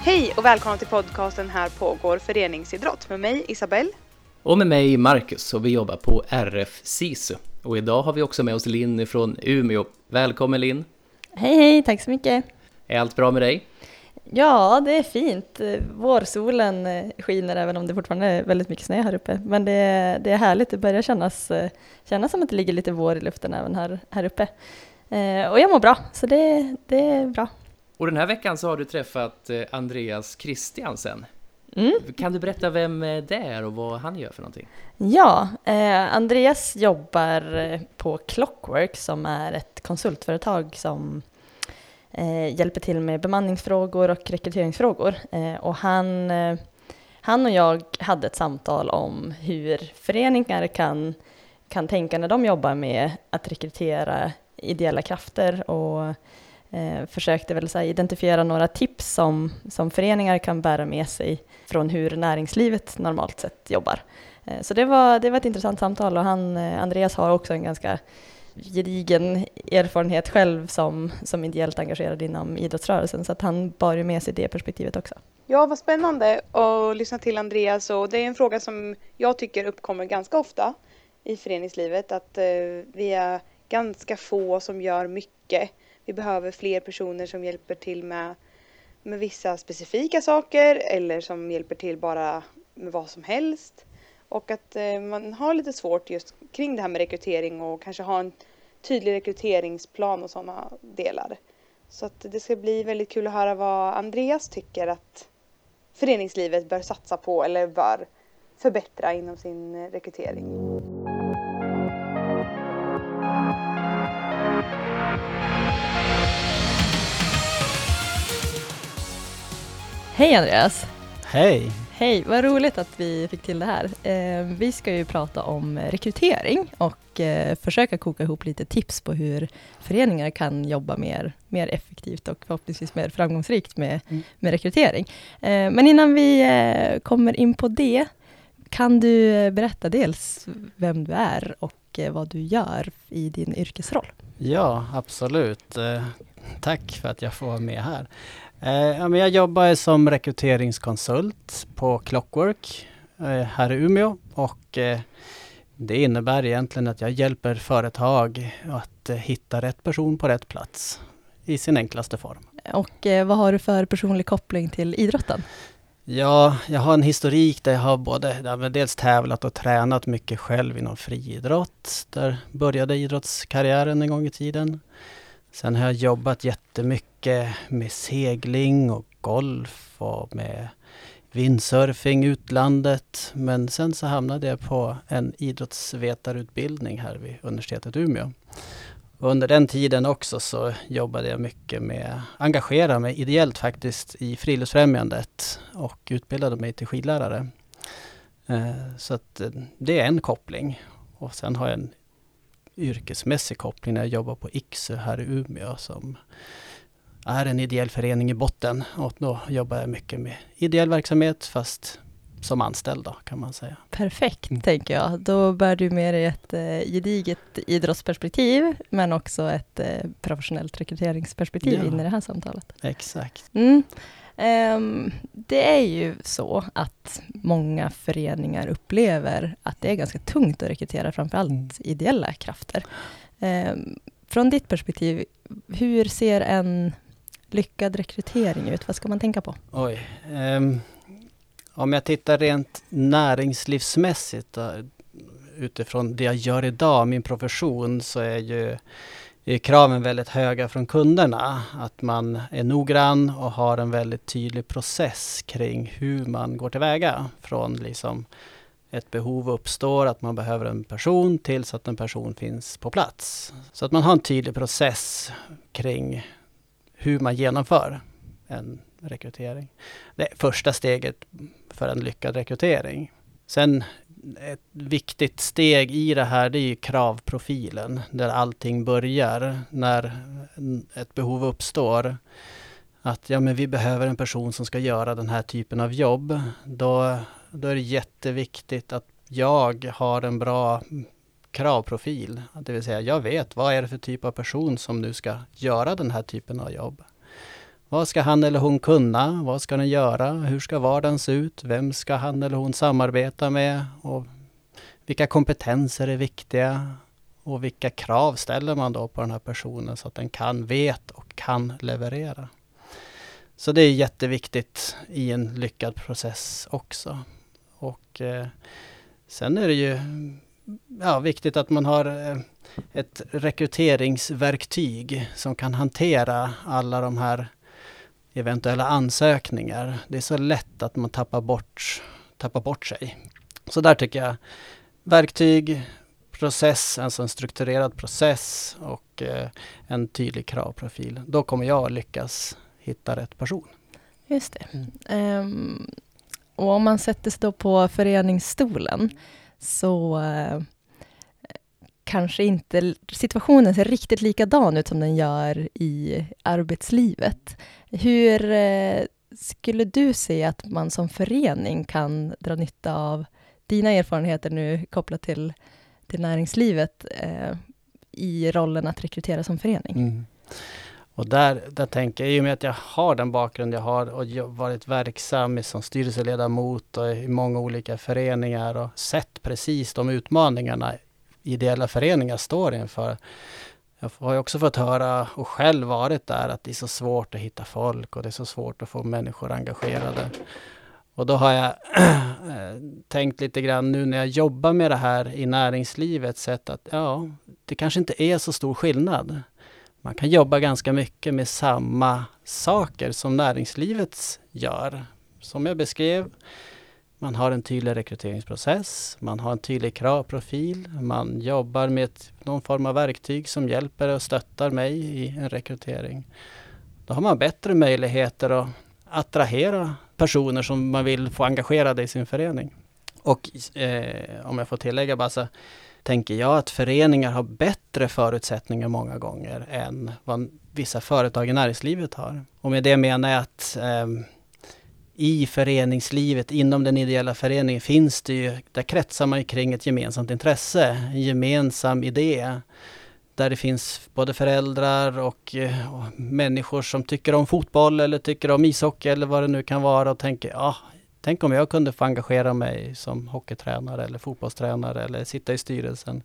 Hej och välkomna till podcasten Här pågår föreningsidrott med mig Isabelle. Och med mig Marcus, och vi jobbar på RF SISU. Och idag har vi också med oss Linn från Umeå. Välkommen Linn. Hej, tack så mycket. Är allt bra med dig? Ja, det är fint. Vårsolen skiner även om det fortfarande är väldigt mycket snö här uppe. Men det är härligt, det börjar kännas som att det ligger lite vår i luften även här uppe. Och jag mår bra, så det är bra. Och den här veckan så har du träffat Andreas Christiansen. Mm. Kan du berätta vem det är och vad han gör för någonting? Ja, Andreas jobbar på Clockwork som är ett konsultföretag som hjälper till med bemanningsfrågor och rekryteringsfrågor. Och han och jag hade ett samtal om hur föreningar kan tänka när de jobbar med att rekrytera ideella krafter, och försökte väl så här identifiera några tips som föreningar kan bära med sig från hur näringslivet normalt sett jobbar. Så det var ett intressant samtal, och Andreas har också en ganska gedigen erfarenhet själv som ideellt engagerad inom idrottsrörelsen, så att han bar ju med sig det perspektivet också. Ja, vad spännande att lyssna till Andreas, och det är en fråga som jag tycker uppkommer ganska ofta i föreningslivet, att vi är ganska få som gör mycket. Vi behöver fler personer som hjälper till med vissa specifika saker eller som hjälper till bara med vad som helst. Och att man har lite svårt just kring det här med rekrytering och kanske ha en tydlig rekryteringsplan och sådana delar. Så att det ska bli väldigt kul att höra vad Andreas tycker att föreningslivet bör satsa på eller bör förbättra inom sin rekrytering. Hej Andreas! Hej! Hej, vad roligt att vi fick till det här. Vi ska ju prata om rekrytering och försöka koka ihop lite tips på hur föreningar kan jobba mer effektivt och förhoppningsvis mer framgångsrikt med rekrytering. Men innan vi kommer in på det, kan du berätta dels vem du är och vad du gör i din yrkesroll? Ja, absolut. Tack för att jag får vara med här. Jag jobbar som rekryteringskonsult på Clockwork här i Umeå, och det innebär egentligen att jag hjälper företag att hitta rätt person på rätt plats i sin enklaste form. Och vad har du för personlig koppling till idrotten? Ja, jag har en historik där jag har dels tävlat och tränat mycket själv inom friidrott. Där började idrottskarriären en gång i tiden. Sen har jag jobbat jättemycket med segling och golf och med windsurfing utlandet. Men sen så hamnade jag på en idrottsvetarutbildning här vid universitetet Umeå. Och under den tiden också så jobbade jag mycket med, engagera mig ideellt faktiskt i Friluftsfrämjandet och utbildade mig till skidlärare. Så att det är en koppling. Och sen har jag en yrkesmässig koppling när jag jobbar på IKSU här i Umeå som är en ideell förening i botten, och då jobbar jag mycket med ideell verksamhet fast som anställd då, kan man säga. Perfekt, tänker jag. Då bär du med dig ett gediget idrottsperspektiv men också ett professionellt rekryteringsperspektiv in i det här samtalet. Exakt. Det är ju så att många föreningar upplever att det är ganska tungt att rekrytera framförallt ideella krafter. Från ditt perspektiv, hur ser en lyckad rekrytering ut? Vad ska man tänka på? Om jag tittar rent näringslivsmässigt då, utifrån det jag gör idag, min profession, så är kraven väldigt höga från kunderna. Att man är noggrann och har en väldigt tydlig process kring hur man går tillväga. Från liksom ett behov uppstår att man behöver en person tills att en person finns på plats. Så att man har en tydlig process kring hur man genomför en rekrytering. Det är första steget för en lyckad rekrytering. Sen ett viktigt steg i det här, det är ju kravprofilen, där allting börjar när ett behov uppstår. Att men vi behöver en person som ska göra den här typen av jobb. Då är det jätteviktigt att jag har en bra kravprofil. Det vill säga jag vet vad är det för typ av person som nu ska göra den här typen av jobb. Vad ska han eller hon kunna? Vad ska den göra? Hur ska vardagen se ut? Vem ska han eller hon samarbeta med? Och vilka kompetenser är viktiga? Och vilka krav ställer man då på den här personen så att den vet och kan leverera? Så det är jätteviktigt i en lyckad process också. Och sen är det ju viktigt att man har ett rekryteringsverktyg som kan hantera alla de här eventuella ansökningar. Det är så lätt att man tappar bort sig. Så där tycker jag verktyg, process, alltså en strukturerad process och en tydlig kravprofil. Då kommer jag lyckas hitta rätt person. Just det. Och om man sätter sig då på föreningsstolen så kanske inte situationen ser riktigt likadan ut som den gör i arbetslivet. Hur skulle du se att man som förening kan dra nytta av dina erfarenheter nu kopplat till näringslivet i rollen att rekrytera som förening? Mm. Och där tänker jag, i och med att jag har den bakgrund jag har och varit verksam som styrelseledamot och i många olika föreningar och sett precis de utmaningarna ideella föreningar står inför. Jag har ju också fått höra och själv varit där att det är så svårt att hitta folk och det är så svårt att få människor engagerade. Och då har jag tänkt lite grann nu när jag jobbar med det här i näringslivet sett att det kanske inte är så stor skillnad. Man kan jobba ganska mycket med samma saker som näringslivet gör. Som jag beskrev, man har en tydlig rekryteringsprocess, man har en tydlig kravprofil, man jobbar med någon form av verktyg som hjälper och stöttar mig i en rekrytering. Då har man bättre möjligheter att attrahera personer som man vill få engagerade i sin förening. Och om jag får tillägga bara så tänker jag att föreningar har bättre förutsättningar många gånger än vad vissa företag i näringslivet har. Och med det menar jag att i föreningslivet, inom den ideella föreningen finns det ju, där kretsar man kring ett gemensamt intresse, en gemensam idé. Där det finns både föräldrar och människor som tycker om fotboll eller tycker om ishockey eller vad det nu kan vara och tänker, tänk om jag kunde få engagera mig som hockeytränare eller fotbollstränare eller sitta i styrelsen.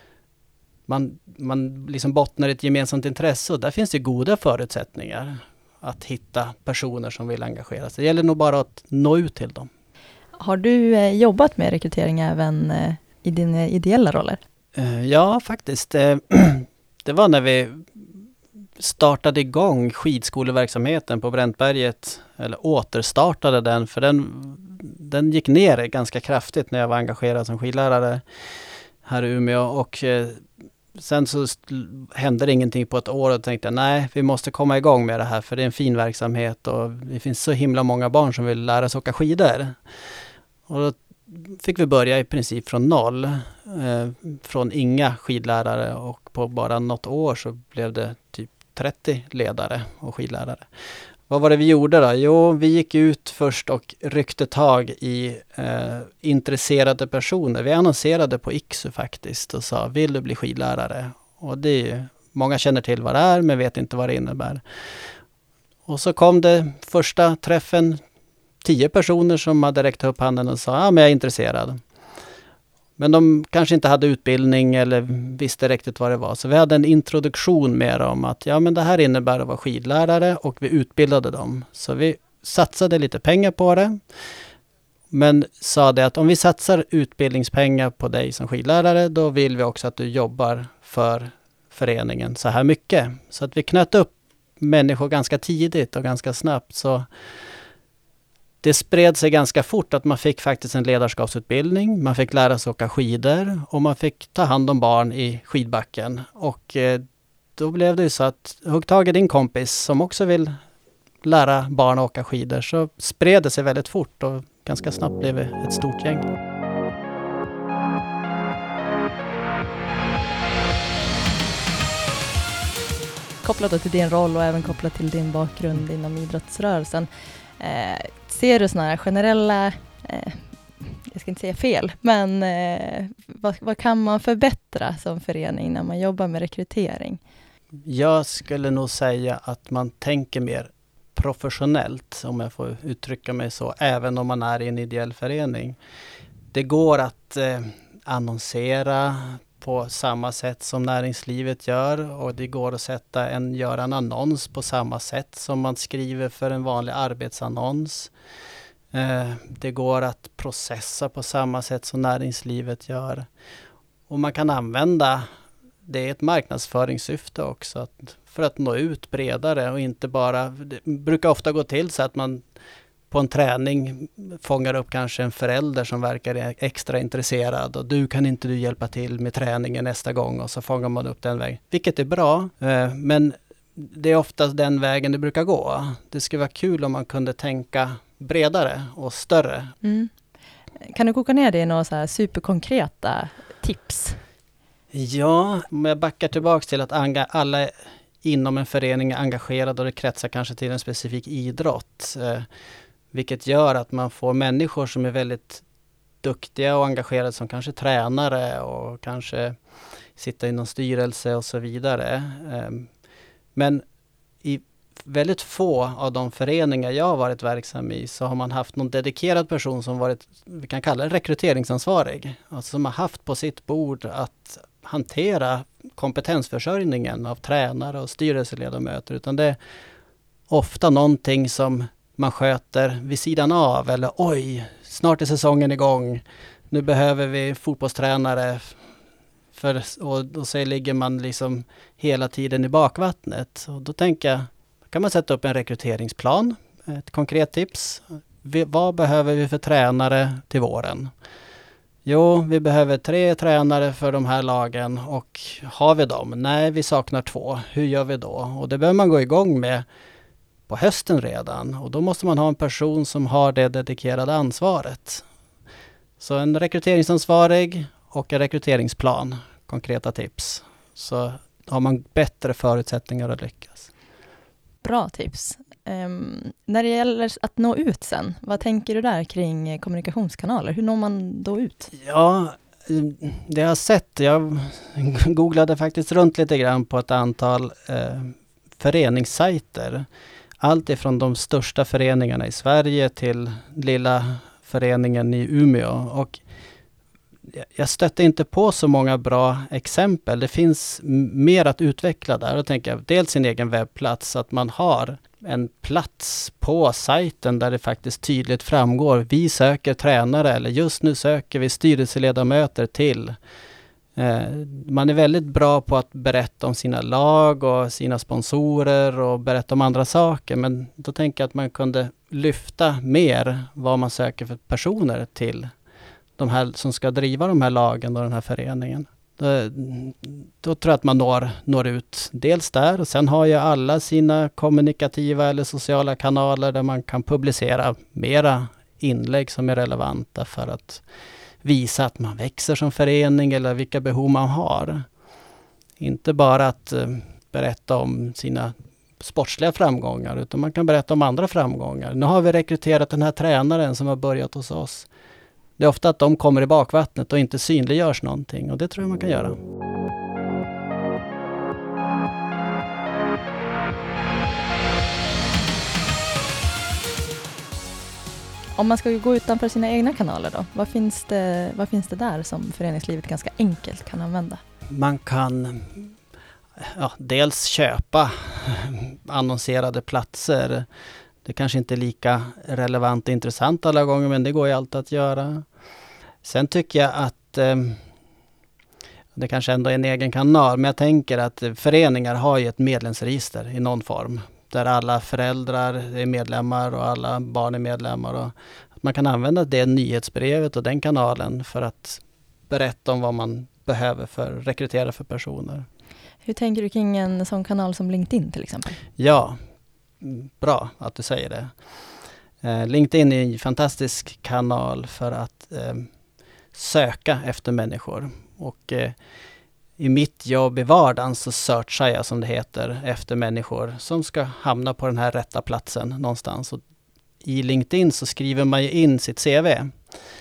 Man liksom bottnar ett gemensamt intresse och där finns det goda förutsättningar att hitta personer som vill engagera sig. Det gäller nog bara att nå ut till dem. Har du jobbat med rekrytering även i dina ideella roller? Ja, faktiskt. Det var när vi startade igång skidskoleverksamheten på Bräntberget, eller återstartade den, för den gick ner ganska kraftigt när jag var engagerad som skidlärare här i Umeå och sen så hände det ingenting på ett år och tänkte nej, vi måste komma igång med det här för det är en fin verksamhet och det finns så himla många barn som vill lära sig åka skidor. Och då fick vi börja i princip från noll, från inga skidlärare och på bara något år så blev det typ 30 ledare och skidlärare. Vad var det vi gjorde då? Jo, vi gick ut först och ryckte tag i intresserade personer. Vi annonserade på IKSU faktiskt och sa, vill du bli skidlärare? Och det är ju, många känner till vad det är men vet inte vad det innebär. Och så kom det första träffen 10 personer som hade räckt upp handen och sa, men jag är intresserad. Men de kanske inte hade utbildning eller visste riktigt vad det var. Så vi hade en introduktion med dem att men det här innebär att vara skidlärare och vi utbildade dem. Så vi satsade lite pengar på det. Men sa det att om vi satsar utbildningspengar på dig som skidlärare då vill vi också att du jobbar för föreningen så här mycket. Så att vi knöt upp människor ganska tidigt och ganska snabbt så det spred sig ganska fort att man fick faktiskt en ledarskapsutbildning. Man fick lära sig åka skidor och man fick ta hand om barn i skidbacken. Och då blev det ju så att hugg tag i din kompis som också vill lära barn att åka skidor. Så spred det sig väldigt fort och ganska snabbt blev det ett stort gäng. Kopplat till din roll och även kopplat till din bakgrund inom idrottsrörelsen. Ser du sådana här generella, jag ska inte säga fel, men vad kan man förbättra som förening när man jobbar med rekrytering? Jag skulle nog säga att man tänker mer professionellt, om jag får uttrycka mig så, även om man är i en ideell förening. Det går att annonsera på samma sätt som näringslivet gör, och det går att göra en annons på samma sätt som man skriver för en vanlig arbetsannons. Det går att processa på samma sätt som näringslivet gör. Och man kan använda det i ett marknadsföringssyfte också, för att nå ut bredare och inte bara... Det brukar ofta gå till så att man på en träning fångar upp kanske en förälder som verkar extra intresserad, och kan inte du hjälpa till med träningen nästa gång, och så fångar man upp den vägen. Vilket är bra, men det är oftast den vägen det brukar gå. Det skulle vara kul om man kunde tänka bredare och större. Mm. Kan du koka ner det i några så här superkonkreta tips? Ja, om jag backar tillbaka till att alla inom en förening är engagerade och det kretsar kanske till en specifik idrott. Vilket gör att man får människor som är väldigt duktiga och engagerade som kanske tränare och kanske sitter i någon styrelse och så vidare. Men i väldigt få av de föreningar jag har varit verksam i så har man haft någon dedikerad person som varit, vi kan kalla det rekryteringsansvarig. Alltså som har haft på sitt bord att hantera kompetensförsörjningen av tränare och styrelseledamöter, utan det är ofta någonting som man sköter vid sidan av, eller oj, snart är säsongen igång, nu behöver vi fotbollstränare, och så ligger man liksom hela tiden i bakvattnet. Och då tänker jag, kan man sätta upp en rekryteringsplan, ett konkret tips. Vad behöver vi för tränare till våren? Jo, vi behöver 3 tränare för de här lagen, och har vi dem? Nej, vi saknar 2. Hur gör vi då? Och det behöver man gå igång med på hösten redan, och då måste man ha en person som har det dedikerade ansvaret. Så en rekryteringsansvarig och en rekryteringsplan, konkreta tips. Så har man bättre förutsättningar att lyckas. Bra tips. När det gäller att nå ut sen, vad tänker du där kring kommunikationskanaler? Hur når man då ut? Ja, det jag har sett, jag googlade faktiskt runt lite grann på ett antal föreningssajter. Allt ifrån de största föreningarna i Sverige till lilla föreningen i Umeå. Och jag stötte inte på så många bra exempel. Det finns mer att utveckla där. Och tänker jag, dels sin egen webbplats, att man har en plats på sajten där det faktiskt tydligt framgår. Vi söker tränare, eller just nu söker vi styrelseledamöter till. Man är väldigt bra på att berätta om sina lag och sina sponsorer och berätta om andra saker. Men då tänker jag att man kunde lyfta mer vad man söker för personer till de här som ska driva de här lagen och den här föreningen. Då tror jag att man når ut dels där, och sen har ju alla sina kommunikativa eller sociala kanaler där man kan publicera mera inlägg som är relevanta för att visa att man växer som förening eller vilka behov man har. Inte bara att berätta om sina sportsliga framgångar, utan man kan berätta om andra framgångar. Nu har vi rekryterat den här tränaren som har börjat hos oss. Det är ofta att de kommer i bakvattnet och inte synliggörs någonting, och det tror jag man kan göra. Om man ska gå utanför sina egna kanaler då, vad finns det där som föreningslivet ganska enkelt kan använda? Man kan dels köpa annonserade platser. Det kanske inte är lika relevant och intressant alla gånger, men det går ju alltid att göra. Sen tycker jag att det kanske ändå är en egen kanal, men jag tänker att föreningar har ju ett medlemsregister i någon form. Där alla föräldrar är medlemmar och alla barn är medlemmar. Och att man kan använda det nyhetsbrevet och den kanalen för att berätta om vad man behöver rekrytera för personer. Hur tänker du kring en sån kanal som LinkedIn till exempel? Ja, bra att du säger det. LinkedIn är en fantastisk kanal för att söka efter människor. Och i mitt jobb i vardagen så searchar jag, som det heter, efter människor som ska hamna på den här rätta platsen någonstans. Och i LinkedIn så skriver man ju in sitt CV.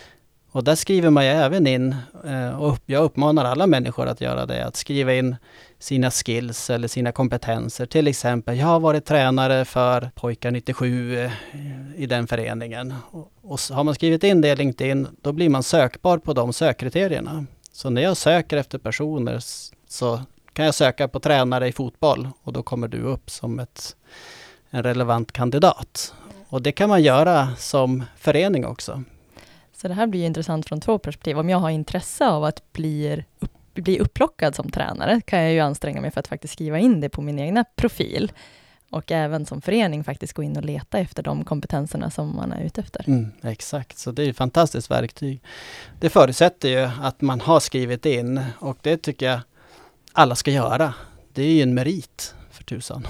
Och där skriver man ju även in, och jag uppmanar alla människor att göra det, att skriva in sina skills eller sina kompetenser. Till exempel, jag har varit tränare för pojkar 97 i den föreningen. Och har man skrivit in det i LinkedIn, då blir man sökbar på de sökkriterierna. Så när jag söker efter personer så kan jag söka på tränare i fotboll och då kommer du upp som en relevant kandidat. Och det kan man göra som förening också. Så det här blir ju intressant från 2 perspektiv. Om jag har intresse av att bli upplockad som tränare kan jag ju anstränga mig för att faktiskt skriva in det på min egna profil. Och även som förening faktiskt gå in och leta efter de kompetenserna som man är ute efter. Exakt, så det är ett fantastiskt verktyg. Det förutsätter ju att man har skrivit in och det tycker jag alla ska göra. Det är ju en merit för tusan.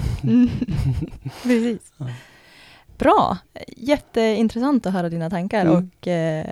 Precis. Ja. Bra, jätteintressant att höra dina tankar och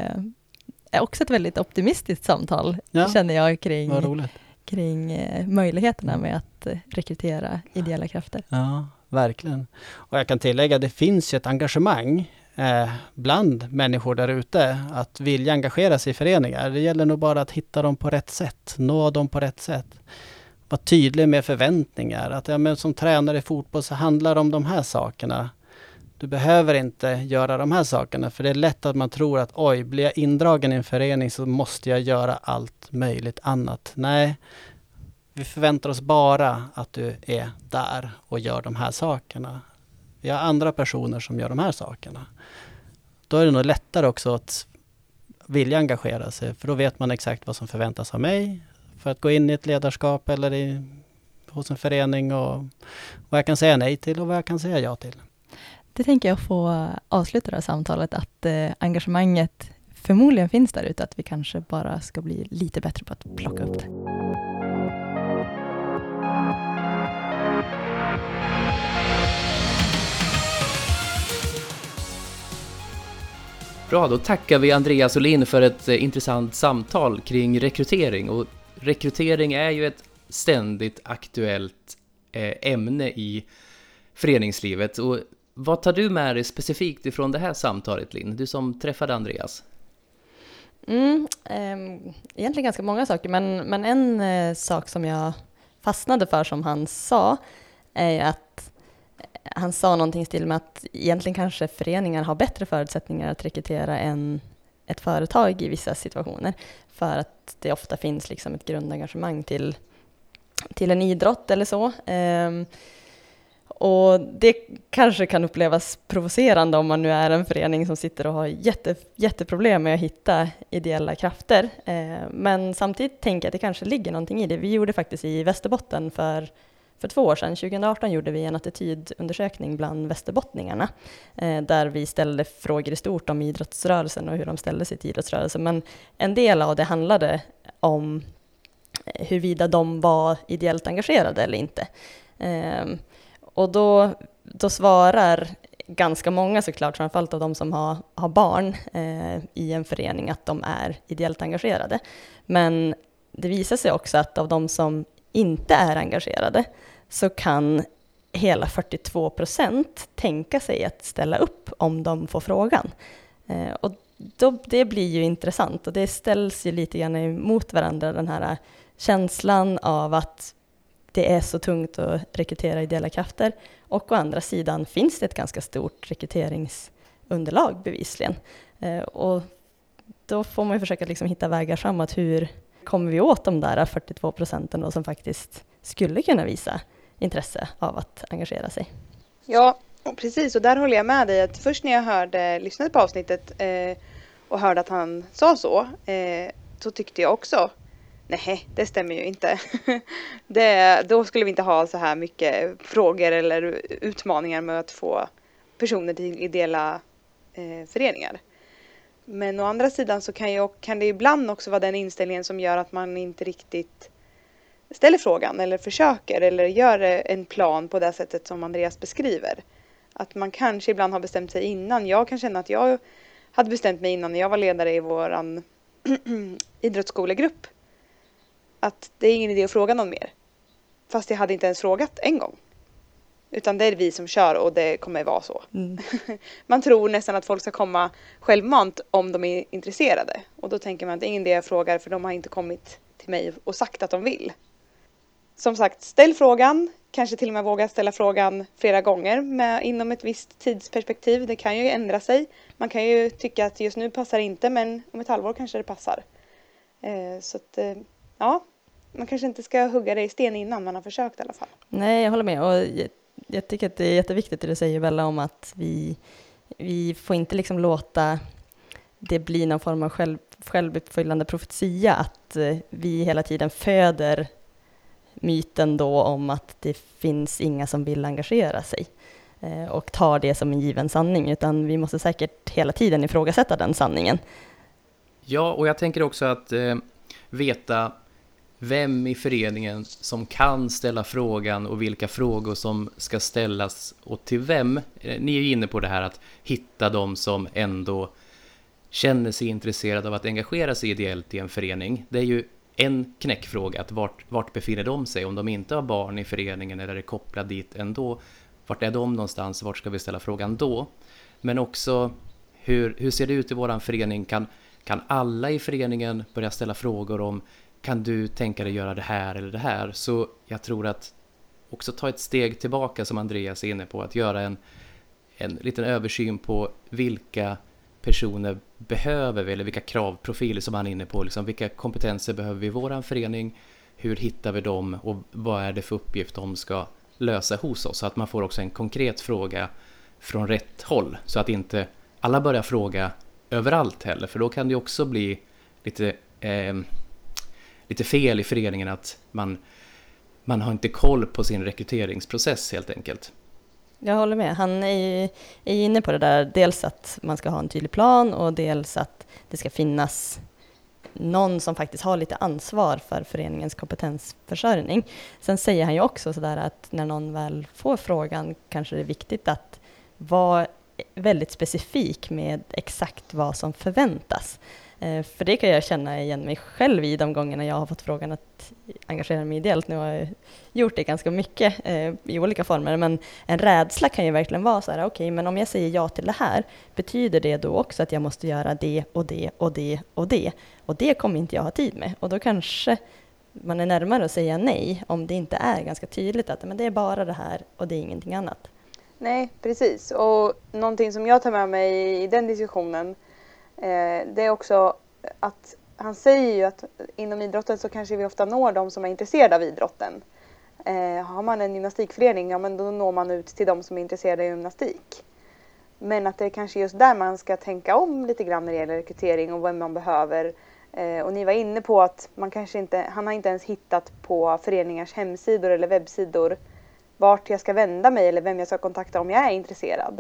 också ett väldigt optimistiskt samtal känner jag kring möjligheterna med att rekrytera ideella krafter. Ja, verkligen. Och jag kan tillägga, det finns ju ett engagemang bland människor där ute att vilja engagera sig i föreningar. Det gäller nog bara att hitta dem på rätt sätt, nå dem på rätt sätt. Var tydlig med förväntningar. Att men som tränare i fotboll så handlar det om de här sakerna. Du behöver inte göra de här sakerna, för det är lätt att man tror att blir jag indragen i en förening så måste jag göra allt möjligt annat. Nej, vi förväntar oss bara att du är där och gör de här sakerna. Vi har andra personer som gör de här sakerna. Då är det nog lättare också att vilja engagera sig, för då vet man exakt vad som förväntas av mig för att gå in i ett ledarskap eller hos en förening och vad jag kan säga nej till och vad jag kan säga ja till. Det tänker jag få avsluta det här samtalet, att engagemanget förmodligen finns där ute, att vi kanske bara ska bli lite bättre på att plocka upp det. Bra, då tackar vi Andreas och Linn för ett intressant samtal kring rekrytering. Och rekrytering är ju ett ständigt aktuellt ämne i föreningslivet. Och vad tar du med dig specifikt ifrån det här samtalet, Linn? Du som träffade Andreas. Egentligen ganska många saker, men en sak som jag fastnade för som han sa är att han sa någonting till med att egentligen kanske föreningar har bättre förutsättningar att rekrytera än ett företag i vissa situationer, för att det ofta finns liksom ett grundengagemang till en idrott eller så. Och det kanske kan upplevas provocerande om man nu är en förening som sitter och har jätteproblem med att hitta ideella krafter. Men samtidigt tänker jag att det kanske ligger någonting i det. Vi gjorde faktiskt i Västerbotten för 2 år sedan, 2018, gjorde vi en attitydundersökning bland västerbottningarna. Där vi ställde frågor i stort om idrottsrörelsen och hur de ställde sig till idrottsrörelsen. Men en del av det handlade om huruvida de var ideellt engagerade eller inte. Och då svarar ganska många såklart, framförallt av de som har barn i en förening, att de är ideellt engagerade. Men det visar sig också att av de som inte är engagerade så kan hela 42% tänka sig att ställa upp om de får frågan. Och det blir ju intressant, och det ställs ju lite grann emot varandra, den här känslan av att det är så tungt att rekrytera ideella krafter, och å andra sidan finns det ett ganska stort rekryteringsunderlag bevisligen. Och då får man ju försöka liksom hitta vägar framåt. Hur kommer vi åt de där 42% då som faktiskt skulle kunna visa intresse av att engagera sig? Ja, precis. Och där håller jag med dig. Att först när jag lyssnade på avsnittet och hörde att han sa så tyckte jag också, nej, det stämmer ju inte. Då skulle vi inte ha så här mycket frågor eller utmaningar med att få personer till ideella föreningar. Men å andra sidan så kan det ibland också vara den inställningen som gör att man inte riktigt ställer frågan eller försöker eller gör en plan på det sättet som Andreas beskriver. Att man kanske ibland har bestämt sig innan. Jag kan känna att jag hade bestämt mig innan när jag var ledare i våran idrottsskolegrupp. Att det är ingen idé att fråga någon mer. Fast jag hade inte ens frågat en gång. Utan det är vi som kör och det kommer vara så. Mm. Man tror nästan att folk ska komma självmant om de är intresserade. Och då tänker man att det är ingen idé jag frågar för de har inte kommit till mig och sagt att de vill. Som sagt, ställ frågan. Kanske till och med våga ställa frågan flera gånger inom ett visst tidsperspektiv. Det kan ju ändra sig. Man kan ju tycka att just nu passar inte, men om ett halvår kanske det passar. Så att, ja, man kanske inte ska hugga det i sten innan man har försökt i alla fall. Nej, jag håller med. Och jag tycker att det är jätteviktigt det du säger, Bella, om att vi får inte liksom låta det bli någon form av självuppfyllande profetia, att vi hela tiden föder myten då om att det finns inga som vill engagera sig och tar det som en given sanning, utan vi måste säkert hela tiden ifrågasätta den sanningen. Ja, och jag tänker också att veta vem i föreningen som kan ställa frågan och vilka frågor som ska ställas och till vem. Ni är ju inne på det här att hitta de som ändå känner sig intresserade av att engagera sig ideellt i en förening. Det är ju en knäckfråga, att vart befinner de sig? Om de inte har barn i föreningen eller är kopplade dit ändå, vart är de någonstans? Vart ska vi ställa frågan då? Men också, hur ser det ut i våran förening? Kan alla i föreningen börja ställa frågor om, kan du tänka dig göra det här eller det här? Så jag tror att också ta ett steg tillbaka, som Andreas är inne på, att göra en liten översyn på vilka personer behöver vi, eller vilka kravprofiler som han är inne på, liksom, vilka kompetenser behöver vi i våran förening, hur hittar vi dem och vad är det för uppgift de ska lösa hos oss, så att man får också en konkret fråga från rätt håll, så att inte alla börjar fråga överallt heller, för då kan det också bli lite fel i föreningen, att man har inte koll på sin rekryteringsprocess helt enkelt. Jag håller med. Han är inne på det där, dels att man ska ha en tydlig plan och dels att det ska finnas någon som faktiskt har lite ansvar för föreningens kompetensförsörjning. Sen säger han ju också sådär att när någon väl får frågan kanske det är viktigt att vara väldigt specifik med exakt vad som förväntas. För det kan jag känna igen mig själv i de gångerna jag har fått frågan att engagera mig ideellt. Nu har jag gjort det ganska mycket i olika former, men en rädsla kan ju verkligen vara så här: okej, men om jag säger ja till det här, betyder det då också att jag måste göra det och det och det och det? Och det kommer inte jag ha tid med. Och då kanske man är närmare att säga nej om det inte är ganska tydligt att men det är bara det här och det är ingenting annat. Nej, precis. Och någonting som jag tar med mig i den diskussionen, det är också att han säger ju att inom idrotten så kanske vi ofta når de som är intresserade av idrotten. Har man en gymnastikförening, ja men då når man ut till de som är intresserade av gymnastik. Men att det är kanske just där man ska tänka om lite grann när det gäller rekrytering och vad man behöver. Och ni var inne på att han har inte ens hittat på föreningars hemsidor eller webbsidor vart jag ska vända mig eller vem jag ska kontakta om jag är intresserad.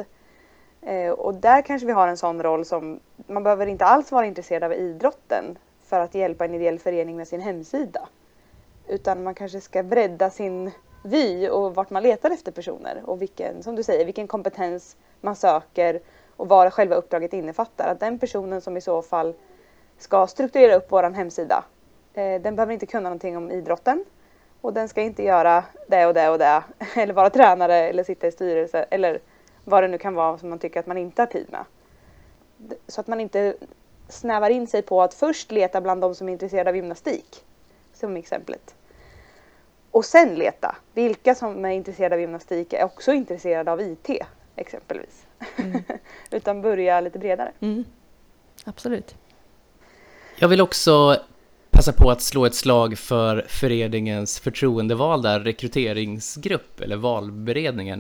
Och där kanske vi har en sån roll som man behöver inte alls vara intresserad av idrotten för att hjälpa en ideell förening med sin hemsida. Utan man kanske ska bredda sin vy och vart man letar efter personer och vilken kompetens man söker och vad själva uppdraget innefattar. Att den personen som i så fall ska strukturera upp våran hemsida, den behöver inte kunna någonting om idrotten. Och den ska inte göra det och det och det. Eller vara tränare eller sitta i styrelse. Eller vad det nu kan vara som man tycker att man inte har tid med. Så att man inte snävar in sig på att först leta bland de som är intresserade av gymnastik. Som exemplet. Och sen leta. Vilka som är intresserade av gymnastik är också intresserade av IT. Exempelvis. Mm. Utan börja lite bredare. Mm. Absolut. Jag vill också passa på att slå ett slag för föreningens förtroendevalda rekryteringsgrupp eller valberedningen.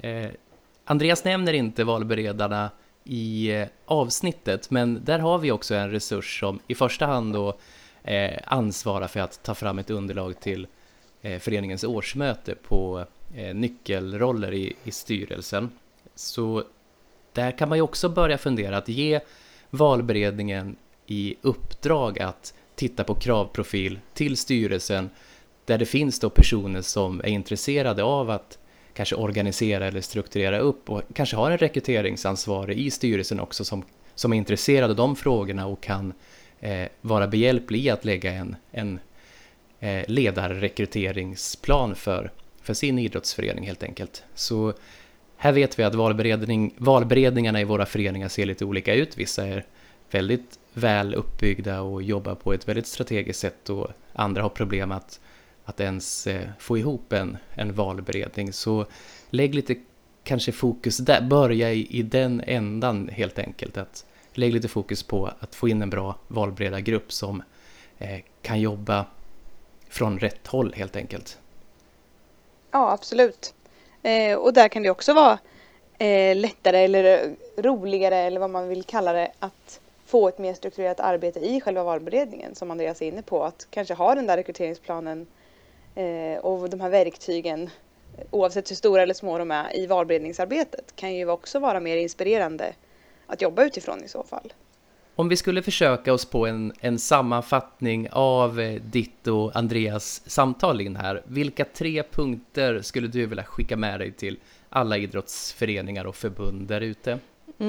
Andreas nämner inte valberedarna i avsnittet, men där har vi också en resurs som i första hand då ansvarar för att ta fram ett underlag till föreningens årsmöte på nyckelroller i styrelsen. Så där kan man ju också börja fundera att ge valberedningen i uppdrag att titta på kravprofil till styrelsen där det finns då personer som är intresserade av att kanske organisera eller strukturera upp och kanske har en rekryteringsansvarig i styrelsen också som är intresserad av de frågorna och kan vara behjälplig i att lägga en ledarrekryteringsplan för för sin idrottsförening helt enkelt. Så här vet vi att valberedningarna i våra föreningar ser lite olika ut. Vissa är väldigt väl uppbyggda och jobbar på ett väldigt strategiskt sätt och andra har problem att ens få ihop en valberedning. Så lägg lite kanske fokus där, börja i den ändan helt enkelt. Att lägg lite fokus på att få in en bra valberedargrupp som kan jobba från rätt håll helt enkelt. Ja, absolut. Och där kan det också vara lättare eller roligare eller vad man vill kalla det att få ett mer strukturerat arbete i själva valberedningen som Andreas är inne på. Att kanske ha den där rekryteringsplanen och de här verktygen oavsett hur stora eller små de är i valberedningsarbetet kan ju också vara mer inspirerande att jobba utifrån i så fall. Om vi skulle försöka oss på en sammanfattning av ditt och Andreas samtal in här. Vilka 3 punkter skulle du vilja skicka med dig till alla idrottsföreningar och förbund där ute?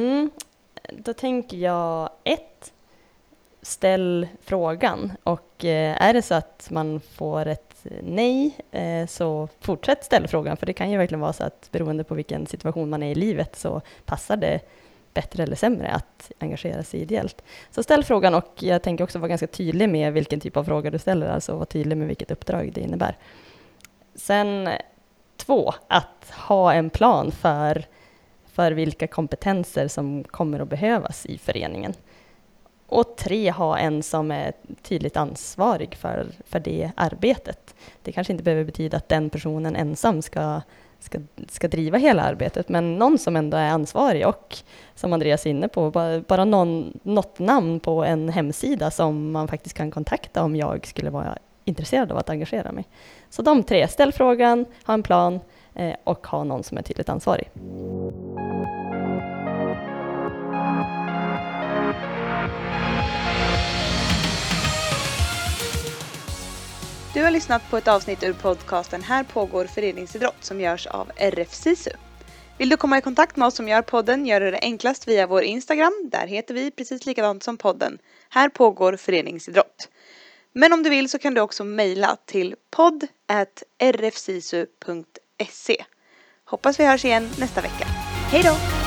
Då tänker jag 1. Ställ frågan. Och är det så att man får ett nej så fortsätt ställa frågan. För det kan ju verkligen vara så att beroende på vilken situation man är i livet så passar det bättre eller sämre att engagera sig ideellt. Så ställ frågan och jag tänker också vara ganska tydlig med vilken typ av fråga du ställer. Alltså vara tydlig med vilket uppdrag det innebär. Sen 2. Att ha en plan för vilka kompetenser som kommer att behövas i föreningen. Och 3. Ha en som är tydligt ansvarig för det arbetet. Det kanske inte behöver betyda att den personen ensam ska driva hela arbetet, men någon som ändå är ansvarig och som Andreas är inne på, bara något namn på en hemsida som man faktiskt kan kontakta om jag skulle vara intresserad av att engagera mig. Så de 3, ställ frågan, ha en plan och ha någon som är tydligt ansvarig. Du har lyssnat på ett avsnitt ur podcasten Här pågår föreningsidrott som görs av RF SISU. Vill du komma i kontakt med oss som gör podden gör du det enklast via vår Instagram. Där heter vi precis likadant som podden. Här pågår föreningsidrott. Men om du vill så kan du också mejla till podd@rfsisu.se. Hoppas vi hörs igen nästa vecka. Hej då!